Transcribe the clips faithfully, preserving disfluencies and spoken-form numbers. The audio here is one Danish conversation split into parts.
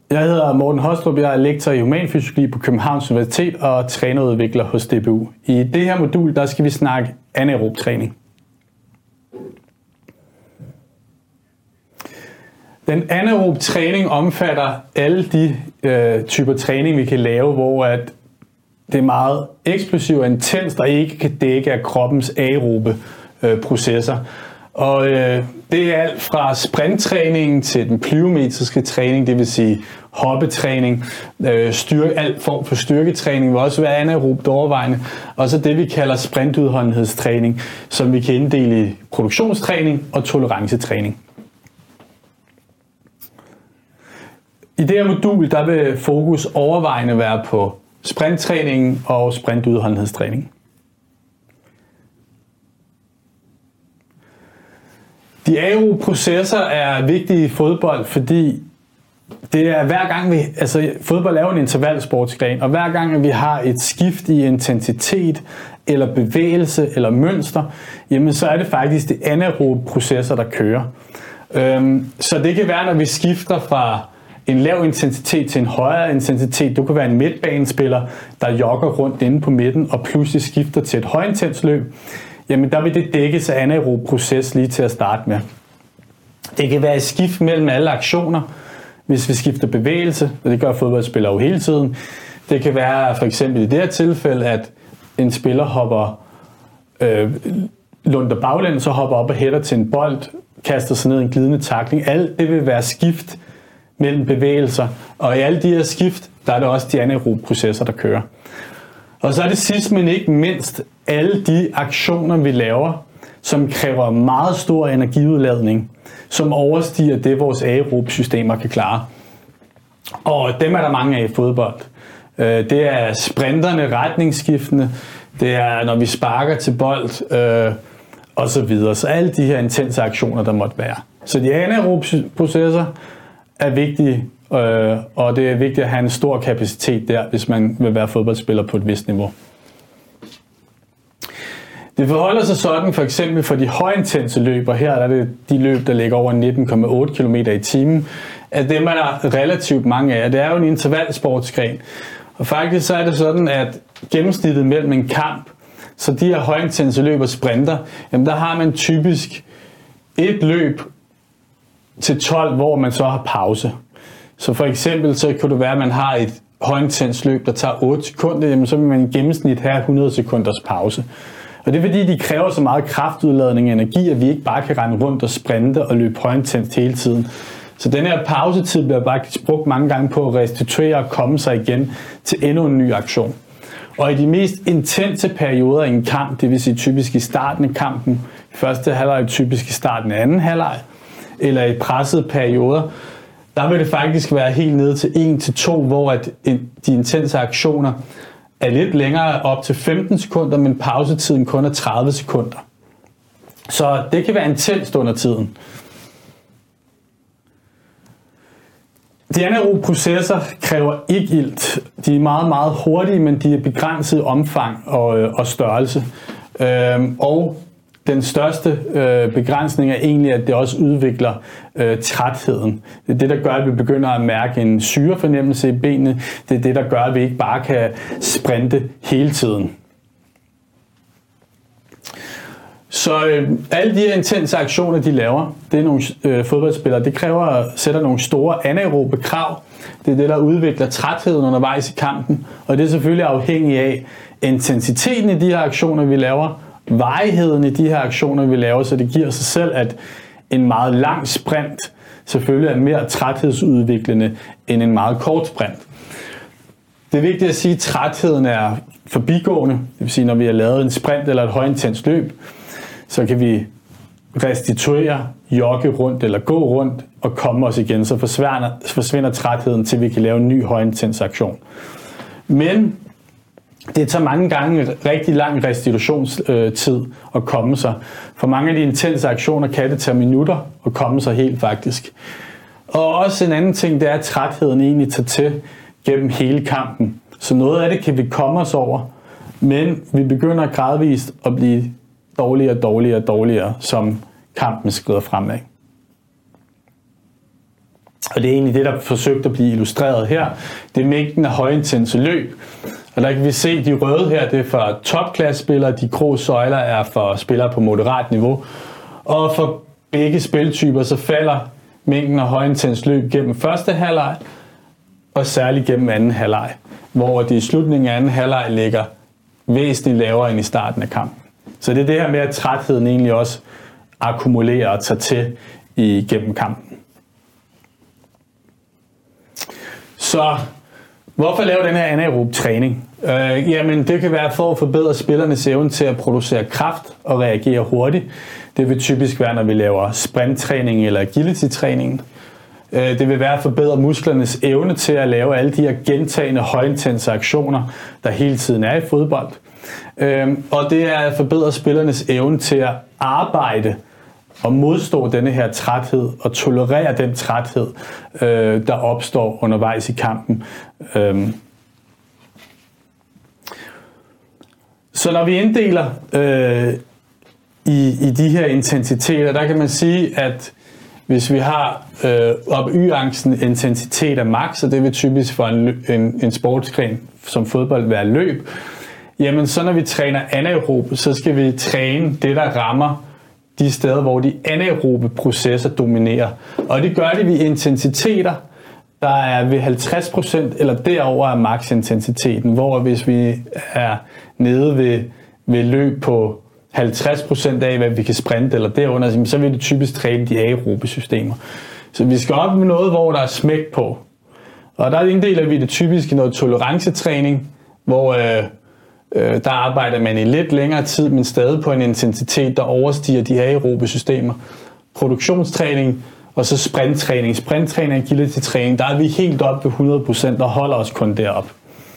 Jeg hedder Morten Hostrup, jeg er lektor i humanfysiologi på Københavns Universitet og trænerudvikler hos D B U. I det her modul der skal vi snakke anaerob træning. Den anaerob træning omfatter alle de øh, typer træning, vi kan lave, hvor at det er meget eksplosivt og intenst og ikke kan dække af kroppens aerobe øh, processer. Og øh, det er alt fra sprinttræningen til den plyometriske træning, det vil sige hoppetræning, øh, styrke, alt form for styrketræning vil også være anaerobt overvejende, og så det vi kalder sprintudholdenhedstræning, som vi kan inddele i produktionstræning og tolerancetræning. I det her modul der vil fokus overvejende være på sprinttræningen og sprintudholdenhedstræning. De aerobe processer er vigtige i fodbold, fordi det er hver gang vi, altså fodbold er jo en intervalsportsgren, og hver gang vi har et skift i intensitet eller bevægelse eller mønster, jamen så er det faktisk de anaerobe processer, der kører. Øhm, så det kan være, når vi skifter fra en lav intensitet til en højere intensitet. Du kan være en midtbanespiller, der jogger rundt inde på midten og pludselig skifter til et højintens løb. Jamen der vil det dækkes af anaerob proces lige til at starte med. Det kan være et skift mellem alle aktioner, hvis vi skifter bevægelse, og det gør fodboldspillere jo hele tiden. Det kan være for eksempel i det her tilfælde, at en spiller hopper øh, lunder baglæns, så hopper op og hætter til en bold, kaster sig ned i en glidende tackling. Alt det vil være skift mellem bevægelser, og i alle de her skift, der er det også de anaerobe processer, der kører. Og så er det sidst, men ikke mindst, alle de aktioner, vi laver, som kræver meget stor energiudladning, som overstiger det, vores aerobe systemer kan klare. Og dem er der mange af i fodbold. Det er sprinterne, retningsskiftende, det er når vi sparker til bold, øh, og så videre. Så alle de her intense aktioner, der måtte være. Så de anaerobe processer er vigtige, øh, og det er vigtigt at have en stor kapacitet der, hvis man vil være fodboldspiller på et vist niveau. Det forholder sig sådan for eksempel for de højintense løb, og her er det de løb, der ligger over nitten komma otte kilometer i timen, at dem er der relativt mange af. Det er jo en intervalsportsgren, og faktisk så er det sådan, at gennemsnittet mellem en kamp, så de her højintense løb og sprinter, jamen der har man typisk et løb til tolv, hvor man så har pause. Så for eksempel så kan det være, at man har et højintens løb, der tager otte sekunder, jamen så vil man i gennemsnit have hundrede sekunders pause. Og det er fordi, de kræver så meget kraftudladning og energi, at vi ikke bare kan rende rundt og sprinte og løbe højintenst hele tiden. Så den her pausetid bliver faktisk brugt mange gange på at restituere og komme sig igen til endnu en ny aktion. Og i de mest intense perioder i en kamp, det vil sige typisk i starten af kampen, første halvleg typisk i starten af anden halvleg, eller i pressede perioder, der vil det faktisk være helt ned til en til to, hvor at de intense aktioner er lidt længere, op til femten sekunder, men pausetiden kun er tredive sekunder. Så det kan være intenst under tiden. De anaerobe processer kræver ikke ilt. De er meget, meget hurtige, men de er begrænset omfang og, og størrelse. Øhm, og den største øh, begrænsning er egentlig, at det også udvikler øh, trætheden. Det er det, der gør, at vi begynder at mærke en syrefornemmelse i benene. Det er det, der gør, at vi ikke bare kan sprinte hele tiden. Så øh, alle de her intense aktioner, de laver, det er nogle øh, fodboldspillere, det kræver, sætter nogle store anaerobe krav. Det er det, der udvikler trætheden undervejs i kampen, og det er selvfølgelig afhængigt af intensiteten i de her aktioner, vi laver, varigheden i de her aktioner, vi laver, så det giver sig selv, at en meget lang sprint selvfølgelig er mere træthedsudviklende end en meget kort sprint. Det er vigtigt at sige, at trætheden er forbigående. Det vil sige, når vi har lavet en sprint eller et højintens løb, så kan vi restituere, jogge rundt eller gå rundt og komme os igen. Så forsvinder, forsvinder trætheden, til vi kan lave en ny højintens aktion. Men det tager mange gange rigtig lang restitutionstid at komme sig. For mange af de intense aktioner kan det tage minutter at komme sig helt faktisk. Og også en anden ting, det er, at trætheden egentlig tager til gennem hele kampen. Så noget af det kan vi komme os over, men vi begynder gradvist at blive dårligere og dårligere og dårligere, som kampen skrider fremad. Og det er egentlig det, der er forsøgt at blive illustreret her. Det er mængden af højintense løb. Og der kan vi se, de røde her, det er for topklassespillere, de grå søjler er for spillere på moderat niveau. Og for begge spiltyper, så falder mængden af højintens løb gennem første halvleg, og særligt gennem anden halvleg, hvor det i slutningen af anden halvleg ligger væsentligt lavere end i starten af kampen. Så det er det her med, at trætheden egentlig også akkumulerer og tager til igennem kampen. Så hvorfor lave den her anaerob træning? Øh, jamen det kan være for at forbedre spillernes evne til at producere kraft og reagere hurtigt. Det vil typisk være, når vi laver sprinttræning eller agility-træning. Øh, det vil være at forbedre musklernes evne til at lave alle de her gentagende højintense aktioner, der hele tiden er i fodbold. Øh, og det er at forbedre spillernes evne til at arbejde og modstå denne her træthed og tolerere den træthed, øh, der opstår undervejs i kampen. Øh. Så når vi inddeler øh, i, i de her intensiteter, der kan man sige, at hvis vi har øh, op y-aksen intensitet af max, og det vil typisk for en, en, en sportsgren som fodbold være løb, jamen så når vi træner anaerob, så skal vi træne det, der rammer de steder, hvor de anaerobe processer dominerer. Og det gør det ved intensiteter, der er ved halvtreds procent eller derover af max-intensiteten, hvor hvis vi er nede ved, ved løb på halvtreds procent af, hvad vi kan sprinte, eller derunder, så vil det typisk træne de aerobe systemer. Så vi skal op med noget, hvor der er smæk på. Og der inddeler vi det typisk i noget tolerancetræning, hvor øh, øh, der arbejder man i lidt længere tid, men stadig på en intensitet, der overstiger de aerobe systemer. Produktionstræning, og så sprinttræning. Sprinttræning og agility-træning, der er vi helt op ved hundrede procent og holder os kun derop.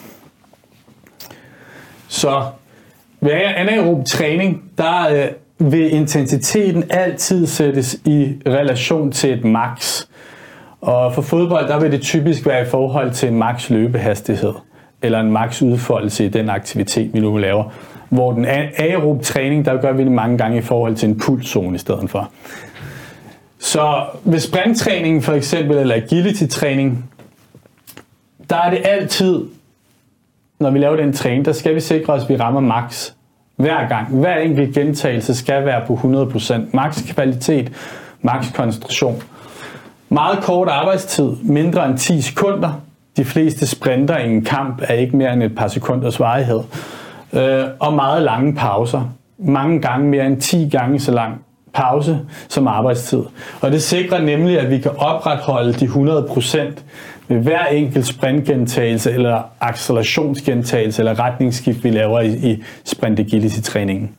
Så ved anaerob træning, der øh, vil intensiteten altid sættes i relation til et max. Og for fodbold, der vil det typisk være i forhold til en max løbehastighed, eller en max udfoldelse i den aktivitet, vi nu laver. Hvor den aerob træning, der gør vi det mange gange i forhold til en pulszone i stedet for. Så ved sprinttræning for eksempel, eller agility-træning, der er det altid, når vi laver den træning, der skal vi sikre os, at vi rammer max hver gang. Hver enkelt gentagelse skal være på hundrede procent. Max kvalitet, max koncentration. Meget kort arbejdstid, mindre end ti sekunder. De fleste sprinter i en kamp er ikke mere end et par sekunders varighed. Og meget lange pauser. Mange gange mere end ti gange så lang pause som arbejdstid. Og det sikrer nemlig, at vi kan opretholde de hundrede procent ved hver enkelt sprintgentagelse eller accelerationsgentagelse eller retningsskift, vi laver i, i sprint agility-træningen.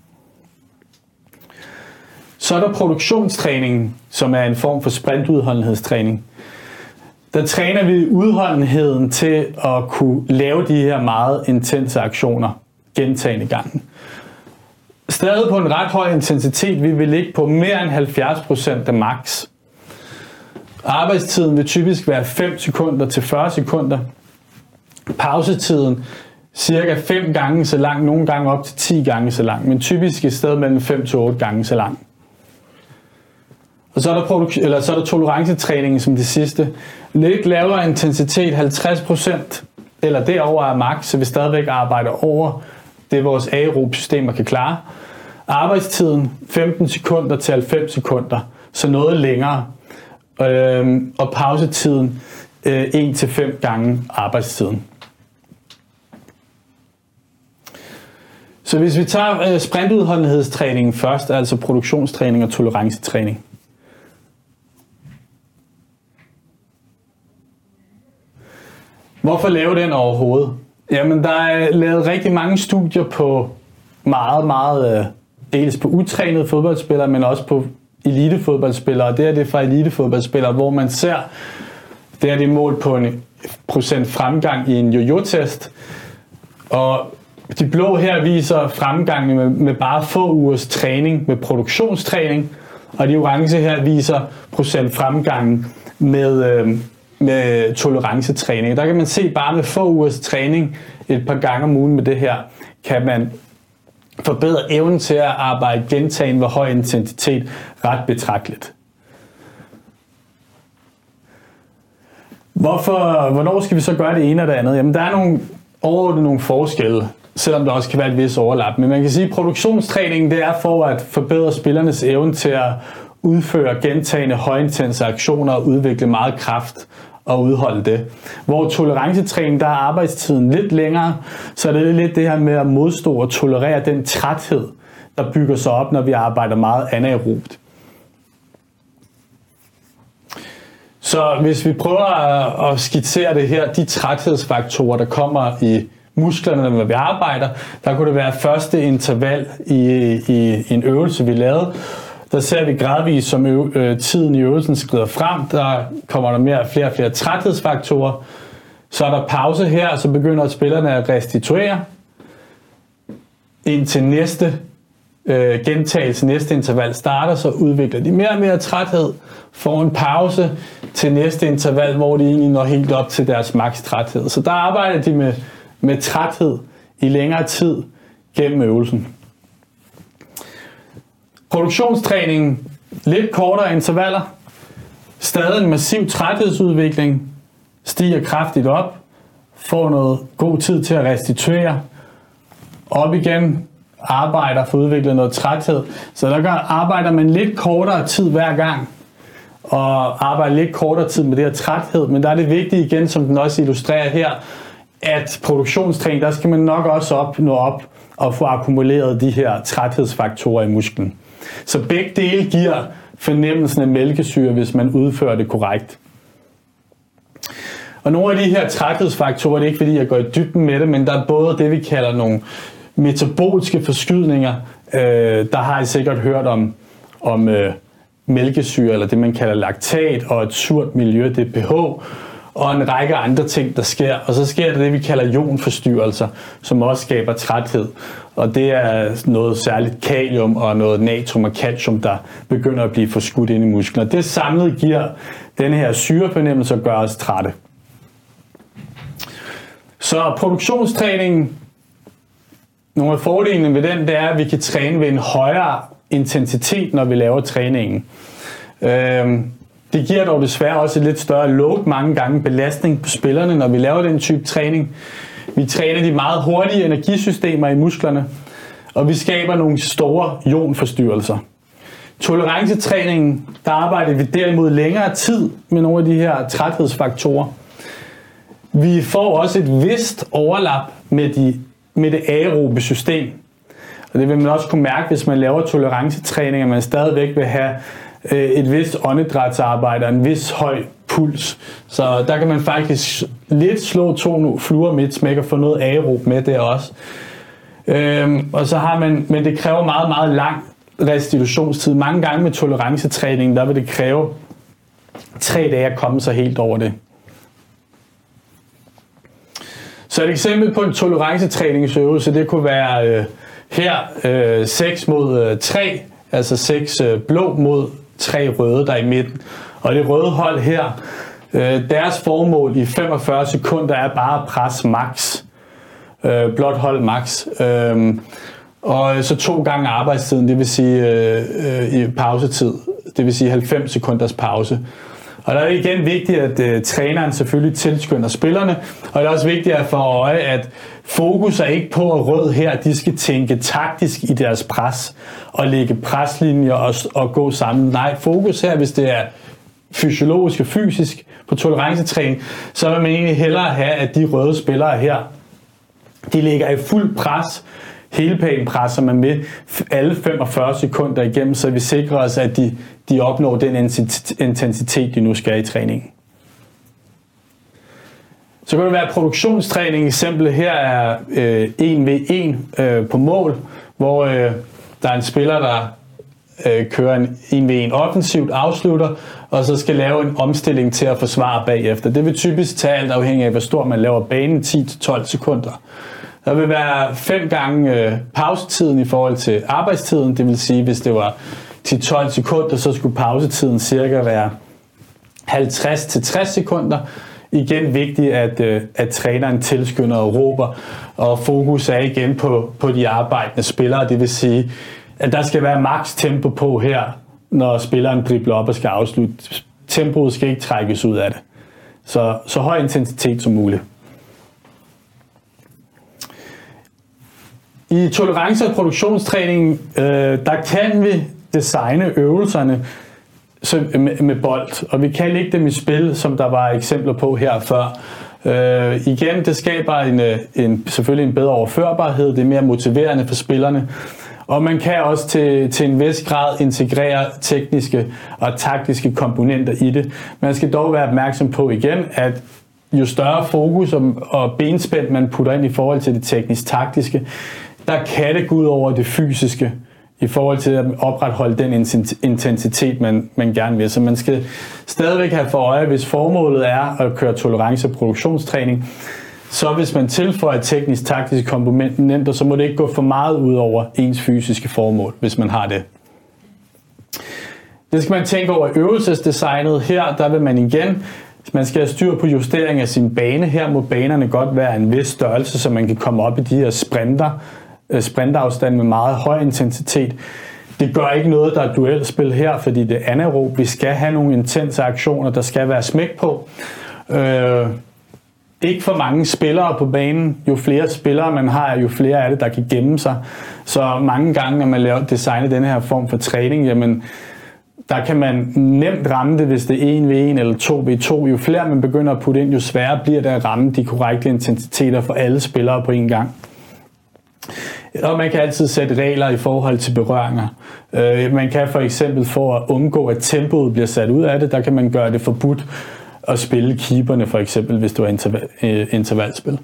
Så er der produktionstræningen, som er en form for sprintudholdenhedstræning. Der træner vi udholdenheden til at kunne lave de her meget intense aktioner gentagende gange. Stadig på en ret høj intensitet, vi vil ligge på mere end halvfjerds procent af max. Arbejdstiden vil typisk være fem sekunder til fyrre sekunder. Pausetiden cirka fem gange så lang, nogle gange op til ti gange så lang, men typisk et sted mellem fem til otte gange så lang. Og så er der, produk- eller så er der tolerancetræningen som det sidste. Lidt lavere intensitet, halvtreds procent eller derover er max, så vi stadigvæk arbejder over det, vores aerobe systemer kan klare. Arbejdstiden femten sekunder til halvfems sekunder, så noget længere. Øhm, og pausetiden øh, en til fem gange arbejdstiden. Så hvis vi tager øh, sprintudholdenhedstræningen først, altså produktionstræning og tolerancetræning. Hvorfor lave den overhovedet? Jamen, der er lavet rigtig mange studier på meget, meget, øh, dels på utrænede fodboldspillere, men også på elitefodboldspillere. Og det er det fra elitefodboldspillere, hvor man ser, det er det mål på en procent fremgang i en jojo-test. Og de blå her viser fremgang med, med bare få ugers træning, med produktionstræning. Og de orange her viser procent fremgang med, øh, med tolerancetræning. Der kan man se, bare med få ugers træning et par gange om ugen med det her, kan man forbedre evnen til at arbejde gentagende ved høj intensitet ret betragteligt. Hvorfor, hvornår skal vi så gøre det ene og det andet? Jamen, der er nogle overordnet nogle forskelle, selvom der også kan være et vis overlap. Men man kan sige, at produktionstræningen det er for at forbedre spillernes evne til at udføre gentagende højintense aktioner og udvikle meget kraft og udholde det. Hvor tolerancetræning, der er arbejdstiden lidt længere, så er det lidt det her med at modstå og tolerere den træthed, der bygger sig op, når vi arbejder meget anaerobt. Så hvis vi prøver at skitsere det her, de træthedsfaktorer, der kommer i musklerne, når vi arbejder, der kunne det være første interval i, i, i en øvelse, vi lavede. Der ser vi gradvist, som øv, øh, tiden i øvelsen skrider frem, der kommer der mere, flere og flere træthedsfaktorer. Så er der pause her, og så begynder spillerne at restituere indtil næste øh, gentagelse, næste interval starter, så udvikler de mere og mere træthed, får en pause til næste interval, hvor de egentlig når helt op til deres maks træthed. Så der arbejder de med, med træthed i længere tid gennem øvelsen. Produktionstræningen, lidt kortere intervaller, stadig en massiv træthedsudvikling, stiger kraftigt op, får noget god tid til at restituere, op igen, arbejder for at udvikle noget træthed. Så der gør, arbejder man lidt kortere tid hver gang, og arbejder lidt kortere tid med det her træthed, men der er det vigtige igen, som den også illustrerer her, at produktionstræning, der skal man nok også op, nå op og få akkumuleret de her træthedsfaktorer i musklen. Så begge dele giver fornemmelsen af mælkesyre, hvis man udfører det korrekt. Og nogle af de her træthedsfaktorer, det er ikke fordi jeg går i dybden med det, men der er både det, vi kalder nogle metaboliske forskydninger. Øh, der har I sikkert hørt om, om øh, mælkesyre, eller det man kalder laktat, og et surt miljø, det er pH, og en række andre ting, der sker. Og så sker der det, vi kalder ionforstyrrelser, som også skaber træthed. Og det er noget særligt kalium og noget natrium og calcium, der begynder at blive forskudt ind i muskler. Det samlet giver denne her syrefornemmelse og gør os trætte. Så produktionstræningen, nogle af fordelene ved den, det er, at vi kan træne ved en højere intensitet, når vi laver træningen. Det giver dog desværre også et lidt større load, mange gange belastning på spillerne, når vi laver den type træning. Vi træner de meget hurtige energisystemer i musklerne, og vi skaber nogle store ionforstyrrelser. Tolerancetræningen, der arbejder vi derimod længere tid med nogle af de her træthedsfaktorer. Vi får også et vist overlap med, de, med det aerobe system. Og det vil man også kunne mærke, hvis man laver tolerancetræning, at man stadigvæk vil have et vist åndedrætsarbejde og en vis høj puls. Så der kan man faktisk lidt slå to fluer med et smæk og få noget aerob med det også. Øhm, og så har man, men det kræver meget, meget lang restitutionstid. Mange gange med tolerancetræning, der vil det kræve tre dage at komme sig helt over det. Så et eksempel på en tolerancetræningsøvelse, det kunne være øh, her øh, seks mod øh, tre, altså seks øh, blå mod tre røde, der er i midten. Og det røde hold her, øh, deres formål i femogfyrre sekunder er bare at presse max. Øh, blot hold max. Øh, og så to gange arbejdstiden, det vil sige øh, øh, i pausetid, det vil sige halvfems sekunders pause. Og der er det igen vigtigt, at øh, træneren selvfølgelig tilskynder spillerne, og det er også vigtigt at få øje, at fokus er ikke på at rød her, de skal tænke taktisk i deres pres, og lægge preslinjer og, og gå sammen. Nej, fokus her, hvis det er fysiologisk og fysisk på tolerancetræning, så vil man egentlig hellere have, at de røde spillere her, de ligger i fuld pres, hele paden presser man med alle femogfyrre sekunder igennem, så vi sikrer os, at de, de opnår den intensitet, de nu skal i træningen. Så kan det være produktionstræning. Eksemplet her er øh, en ved en øh, på mål, hvor øh, der er en spiller, der øh, kører en en ved en offensivt, afslutter, og så skal lave en omstilling til at forsvare bagefter. Det vil typisk tage alt afhængig af, hvor stor man laver banen, ti til tolv sekunder. Der vil være fem gange øh, pausetiden i forhold til arbejdstiden. Det vil sige, hvis det var ti til tolv sekunder, så skulle pausetiden cirka være halvtreds til tres sekunder. Igen vigtigt, at, øh, at træneren tilskynder og råber, og fokus er igen på, på de arbejdende spillere. Det vil sige, at der skal være maks tempo på her, når spilleren dribler op og skal afslutte. Tempoet skal ikke trækkes ud af det. Så, så høj intensitet som muligt. I tolerance- og produktionstræning, øh, der kan vi designe øvelserne så, med, med bold, og vi kan lægge dem i spil, som der var eksempler på her før. Øh, igen, det skaber en, en, selvfølgelig en bedre overførbarhed, det er mere motiverende for spillerne, og man kan også til, til en vis grad integrere tekniske og taktiske komponenter i det. Man skal dog være opmærksom på igen, at jo større fokus og, og benspænd man putter ind i forhold til det teknisk-taktiske, der kan det gå ud over det fysiske i forhold til at opretholde den intensitet, man, man gerne vil. Så man skal stadigvæk have for øje, hvis formålet er at køre tolerance- og produktionstræning, så hvis man tilføjer teknisk-taktiske komponenter, så må det ikke gå for meget ud over ens fysiske formål, hvis man har det. Det skal man tænke over øvelsesdesignet. Her, der vil man igen, man skal have styr på justering af sin bane. Her må banerne godt være en vis størrelse, så man kan komme op i de her sprinter, sprintafstand med meget høj intensitet. Det gør ikke noget, der er duelspil her, fordi det er anaerob. Vi skal have nogle intense aktioner, der skal være smæk på. Øh, ikke for mange spillere på banen. Jo flere spillere man har, jo flere er det, der kan gemme sig. Så mange gange, når man laver designer denne her form for træning, jamen, der kan man nemt ramme det, hvis det er en ved en eller to ved to. Jo flere man begynder at putte ind, jo sværere bliver det at ramme de korrekte intensiteter for alle spillere på en gang. Og man kan altid sætte regler i forhold til berøringer. Øh, man kan for eksempel for at undgå, at tempoet bliver sat ud af det, der kan man gøre det forbudt at spille keeperne for eksempel, hvis du er interval, øh, intervalspil.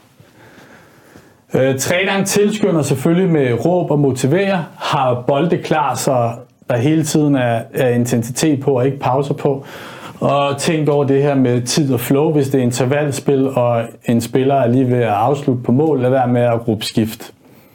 Øh, træneren tilskynder selvfølgelig med råb og motiverer, har bolde klar, så der hele tiden er, er intensitet på og ikke pauser på. Og tænk over det her med tid og flow, hvis det er intervalspil, og en spiller er lige ved at afslutte på mål, lad være med at råbe skift.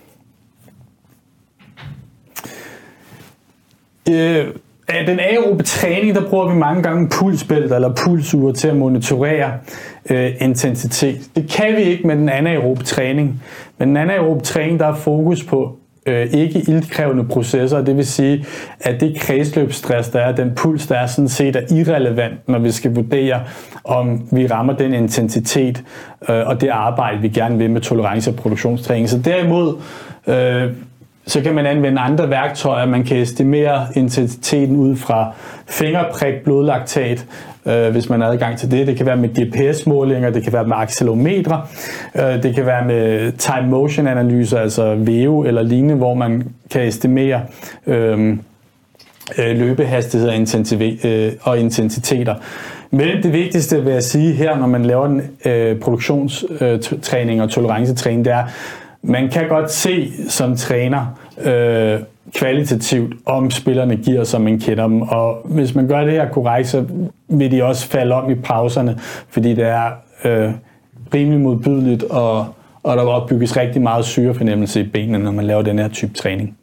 Øh, den aerobe træning, der bruger vi mange gange pulsbælter eller pulsure til at monitorere øh, intensitet. Det kan vi ikke med den anaerobe træning. Men den anaerobe træning, der er fokus på øh, ikke iltkrævende processer, det vil sige, at det kredsløbsstress, der er, den puls, der er sådan set er irrelevant, når vi skal vurdere, om vi rammer den intensitet øh, og det arbejde, vi gerne vil med tolerance- og produktionstræning. Så derimod, øh, så kan man anvende andre værktøjer. Man kan estimere intensiteten ud fra fingerprik, blodlaktat, øh, hvis man har adgang til det. Det kan være med G P S-målinger, det kan være med accelerometre, øh, det kan være med time motion analyser, altså væve eller lignende, hvor man kan estimere øh, løbehastighed øh, og intensiteter. Men det vigtigste vil jeg sige her, når man laver en øh, produktionstræning og tolerancetræning, det er, man kan godt se som træner øh, kvalitativt, om spillerne giver, som man kender dem. Og hvis man gør det her korrekt, så vil de også falde om i pauserne, fordi det er øh, rimelig modbydeligt, og, og der opbygges rigtig meget syrefornemmelse i benene, når man laver den her type træning.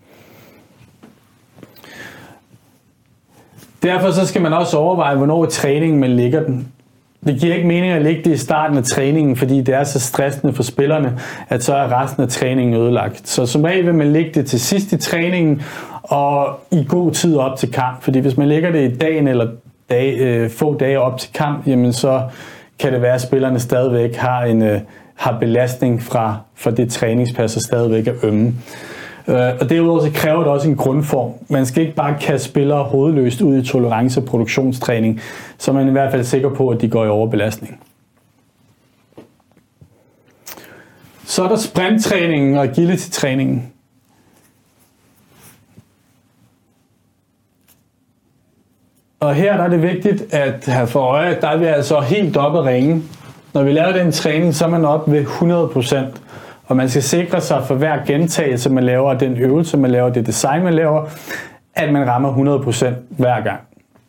Derfor så skal man også overveje, hvornår i træningen man lægger den. Det giver ikke mening at lægge det i starten af træningen, fordi det er så stressende for spillerne, at så er resten af træningen ødelagt. Så som regel vil man lægge det til sidst i træningen og i god tid op til kamp. Fordi hvis man lægger det i dagen eller dag, øh, få dage op til kamp, jamen så kan det være, at spillerne stadigvæk har, en, øh, har belastning fra, fra det træningspas og stadigvæk er ømme. Og derudover så kræver det også en grundform. Man skal ikke bare kaste spillere hovedløst ud i tolerance- og produktionstræning, så man er i hvert fald sikker på, at de går i overbelastning. Så er der sprinttræningen og agility-træningen. Og her der er det vigtigt at have for øje, at der er vi altså helt oppe at ringe. Når vi laver den træning, så er man oppe ved hundrede procent. Og man skal sikre sig for hver gentagelse, man laver, den øvelse, man laver, det design, man laver, at man rammer hundrede procent hver gang.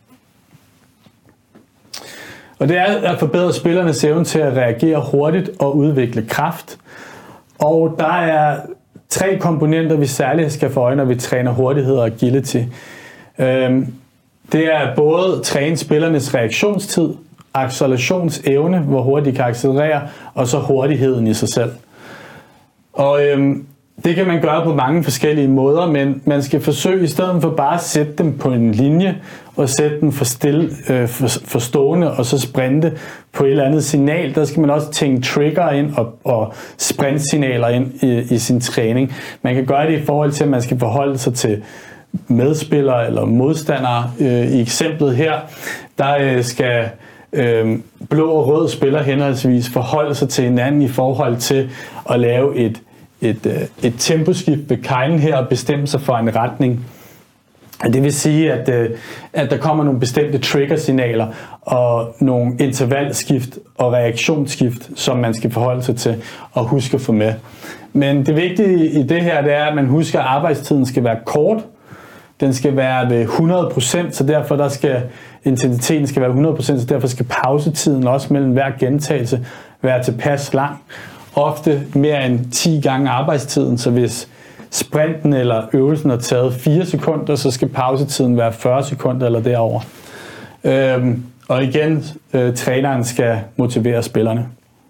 Og det er at forbedre spillernes evne til at reagere hurtigt og udvikle kraft. Og der er tre komponenter, vi særligt skal få øje, når vi træner hurtighed og agility. Det er både at træne spillernes reaktionstid, accelerationsevne, hvor hurtigt de kan accelerere, og så hurtigheden i sig selv. Og øhm, det kan man gøre på mange forskellige måder, men man skal forsøge i stedet for bare at sætte dem på en linje og sætte dem for, stille, øh, for, for stående og så sprinte på et eller andet signal. Der skal man også tænke trigger ind og, og sprintsignaler ind i, i sin træning. Man kan gøre det i forhold til, at man skal forholde sig til medspillere eller modstandere. Øh, I eksemplet her, der øh, skal øh, blå og rød spiller henholdsvis forholde sig til hinanden i forhold til at lave et et, et temposkift ved keglen her og bestemme sig for en retning. Det vil sige, at, at der kommer nogle bestemte triggersignaler og nogle intervalskift og reaktionsskift, som man skal forholde sig til og huske at få med. Men det vigtige i det her, det er, at man husker, at arbejdstiden skal være kort. Den skal være ved hundrede procent, så derfor der skal intensiteten skal være hundrede procent, så derfor skal pausetiden også mellem hver gentagelse være tilpas lang. Ofte mere end ti gange arbejdstiden, så hvis sprinten eller øvelsen har taget fire sekunder, så skal pausetiden være fyrre sekunder eller derover. Øhm, og igen, øh, træneren skal motivere spillerne.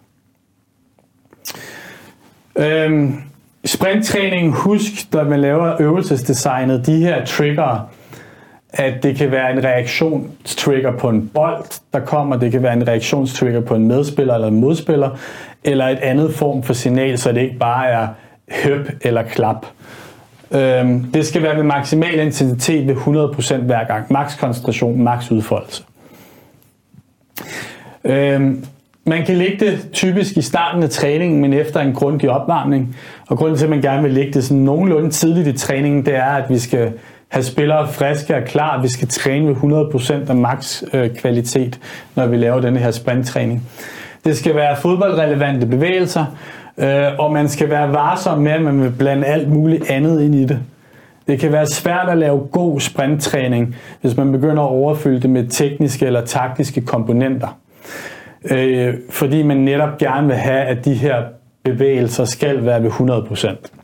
Øhm, Sprinttræning, husk, når man laver øvelsesdesignet, de her trigger, at det kan være en reaktionstrigger på en bold, der kommer, det kan være en reaktionstrigger på en medspiller eller en modspiller, eller et andet form for signal, så det ikke bare er høp eller klap. Øhm, det skal være med maksimal intensitet ved hundrede procent hver gang. Max koncentration, max udfoldelse. Øhm, man kan lægge det typisk i starten af træningen, men efter en grundig opvarmning. Og grunden til, at man gerne vil lægge det sådan nogenlunde tidligt i træningen, det er, at vi skal have spillere friske og klar. Vi skal træne ved hundrede procent af max øh, kvalitet, når vi laver denne her sprinttræning. Det skal være fodboldrelevante bevægelser, øh, og man skal være varsom med, at man vil blande alt muligt andet ind i det. Det kan være svært at lave god sprinttræning, hvis man begynder at overfylde det med tekniske eller taktiske komponenter. Øh, fordi man netop gerne vil have, at de her bevægelser skal være ved hundrede procent.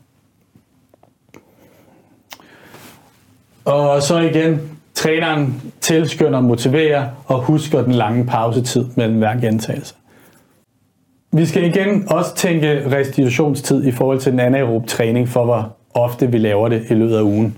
Og så igen, træneren tilskynder, motiverer og husker den lange pausetid mellem hver gentagelse. Vi skal igen også tænke restitutionstid i forhold til den anaerob træning, for hvor ofte vi laver det i løbet af ugen.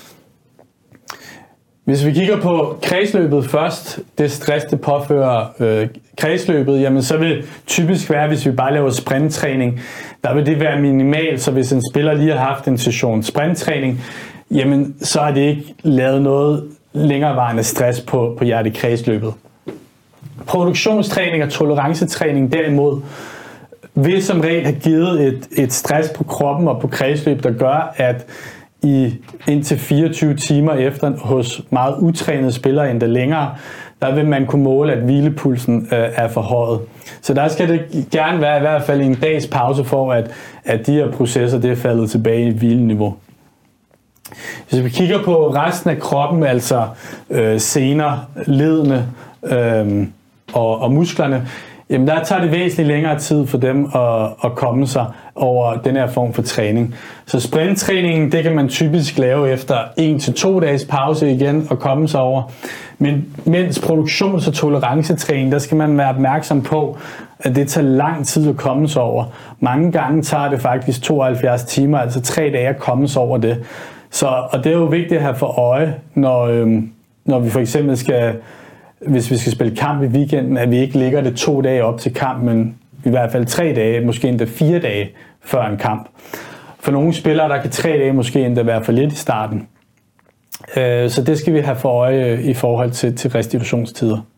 Hvis vi kigger på kredsløbet først, det stress, det påfører øh, kredsløbet, jamen så vil typisk være, hvis vi bare laver sprinttræning, der vil det være minimalt, så hvis en spiller lige har haft en session sprinttræning, jamen så har det ikke lavet noget længerevarende stress på, på hjertekredsløbet. Produktionstræning og tolerancetræning derimod vil som regel have givet et, et stress på kroppen og på kredsløb, der gør, at i indtil fireogtyve timer efter hos meget utrænede spillere endda længere, der vil man kunne måle, at hvilepulsen øh, er forhøjet. Så der skal det gerne være i hvert fald en dags pause for, at, at de her processer det er faldet tilbage i hvileniveau. Hvis vi kigger på resten af kroppen, altså øh, sener, ledene øh, og, og musklerne, jamen der tager det væsentligt længere tid for dem at, at komme sig over den her form for træning. Så sprinttræningen, det kan man typisk lave efter en til to dages pause igen og komme sig over. Men mens produktions- og tolerancetræning, der skal man være opmærksom på, at det tager lang tid at komme sig over. Mange gange tager det faktisk tooghalvfjerds timer, altså tre dage at komme sig over det. Så, og det er jo vigtigt at have for øje, når, øhm, når vi for eksempel skal, hvis vi skal spille kamp i weekenden, at vi ikke ligger det to dage op til kamp, men i hvert fald tre dage, måske endda fire dage før en kamp. For nogle spillere, der kan tre dage måske endda være for lidt i starten. Øh, så det skal vi have for øje i forhold til, til restitutionstider.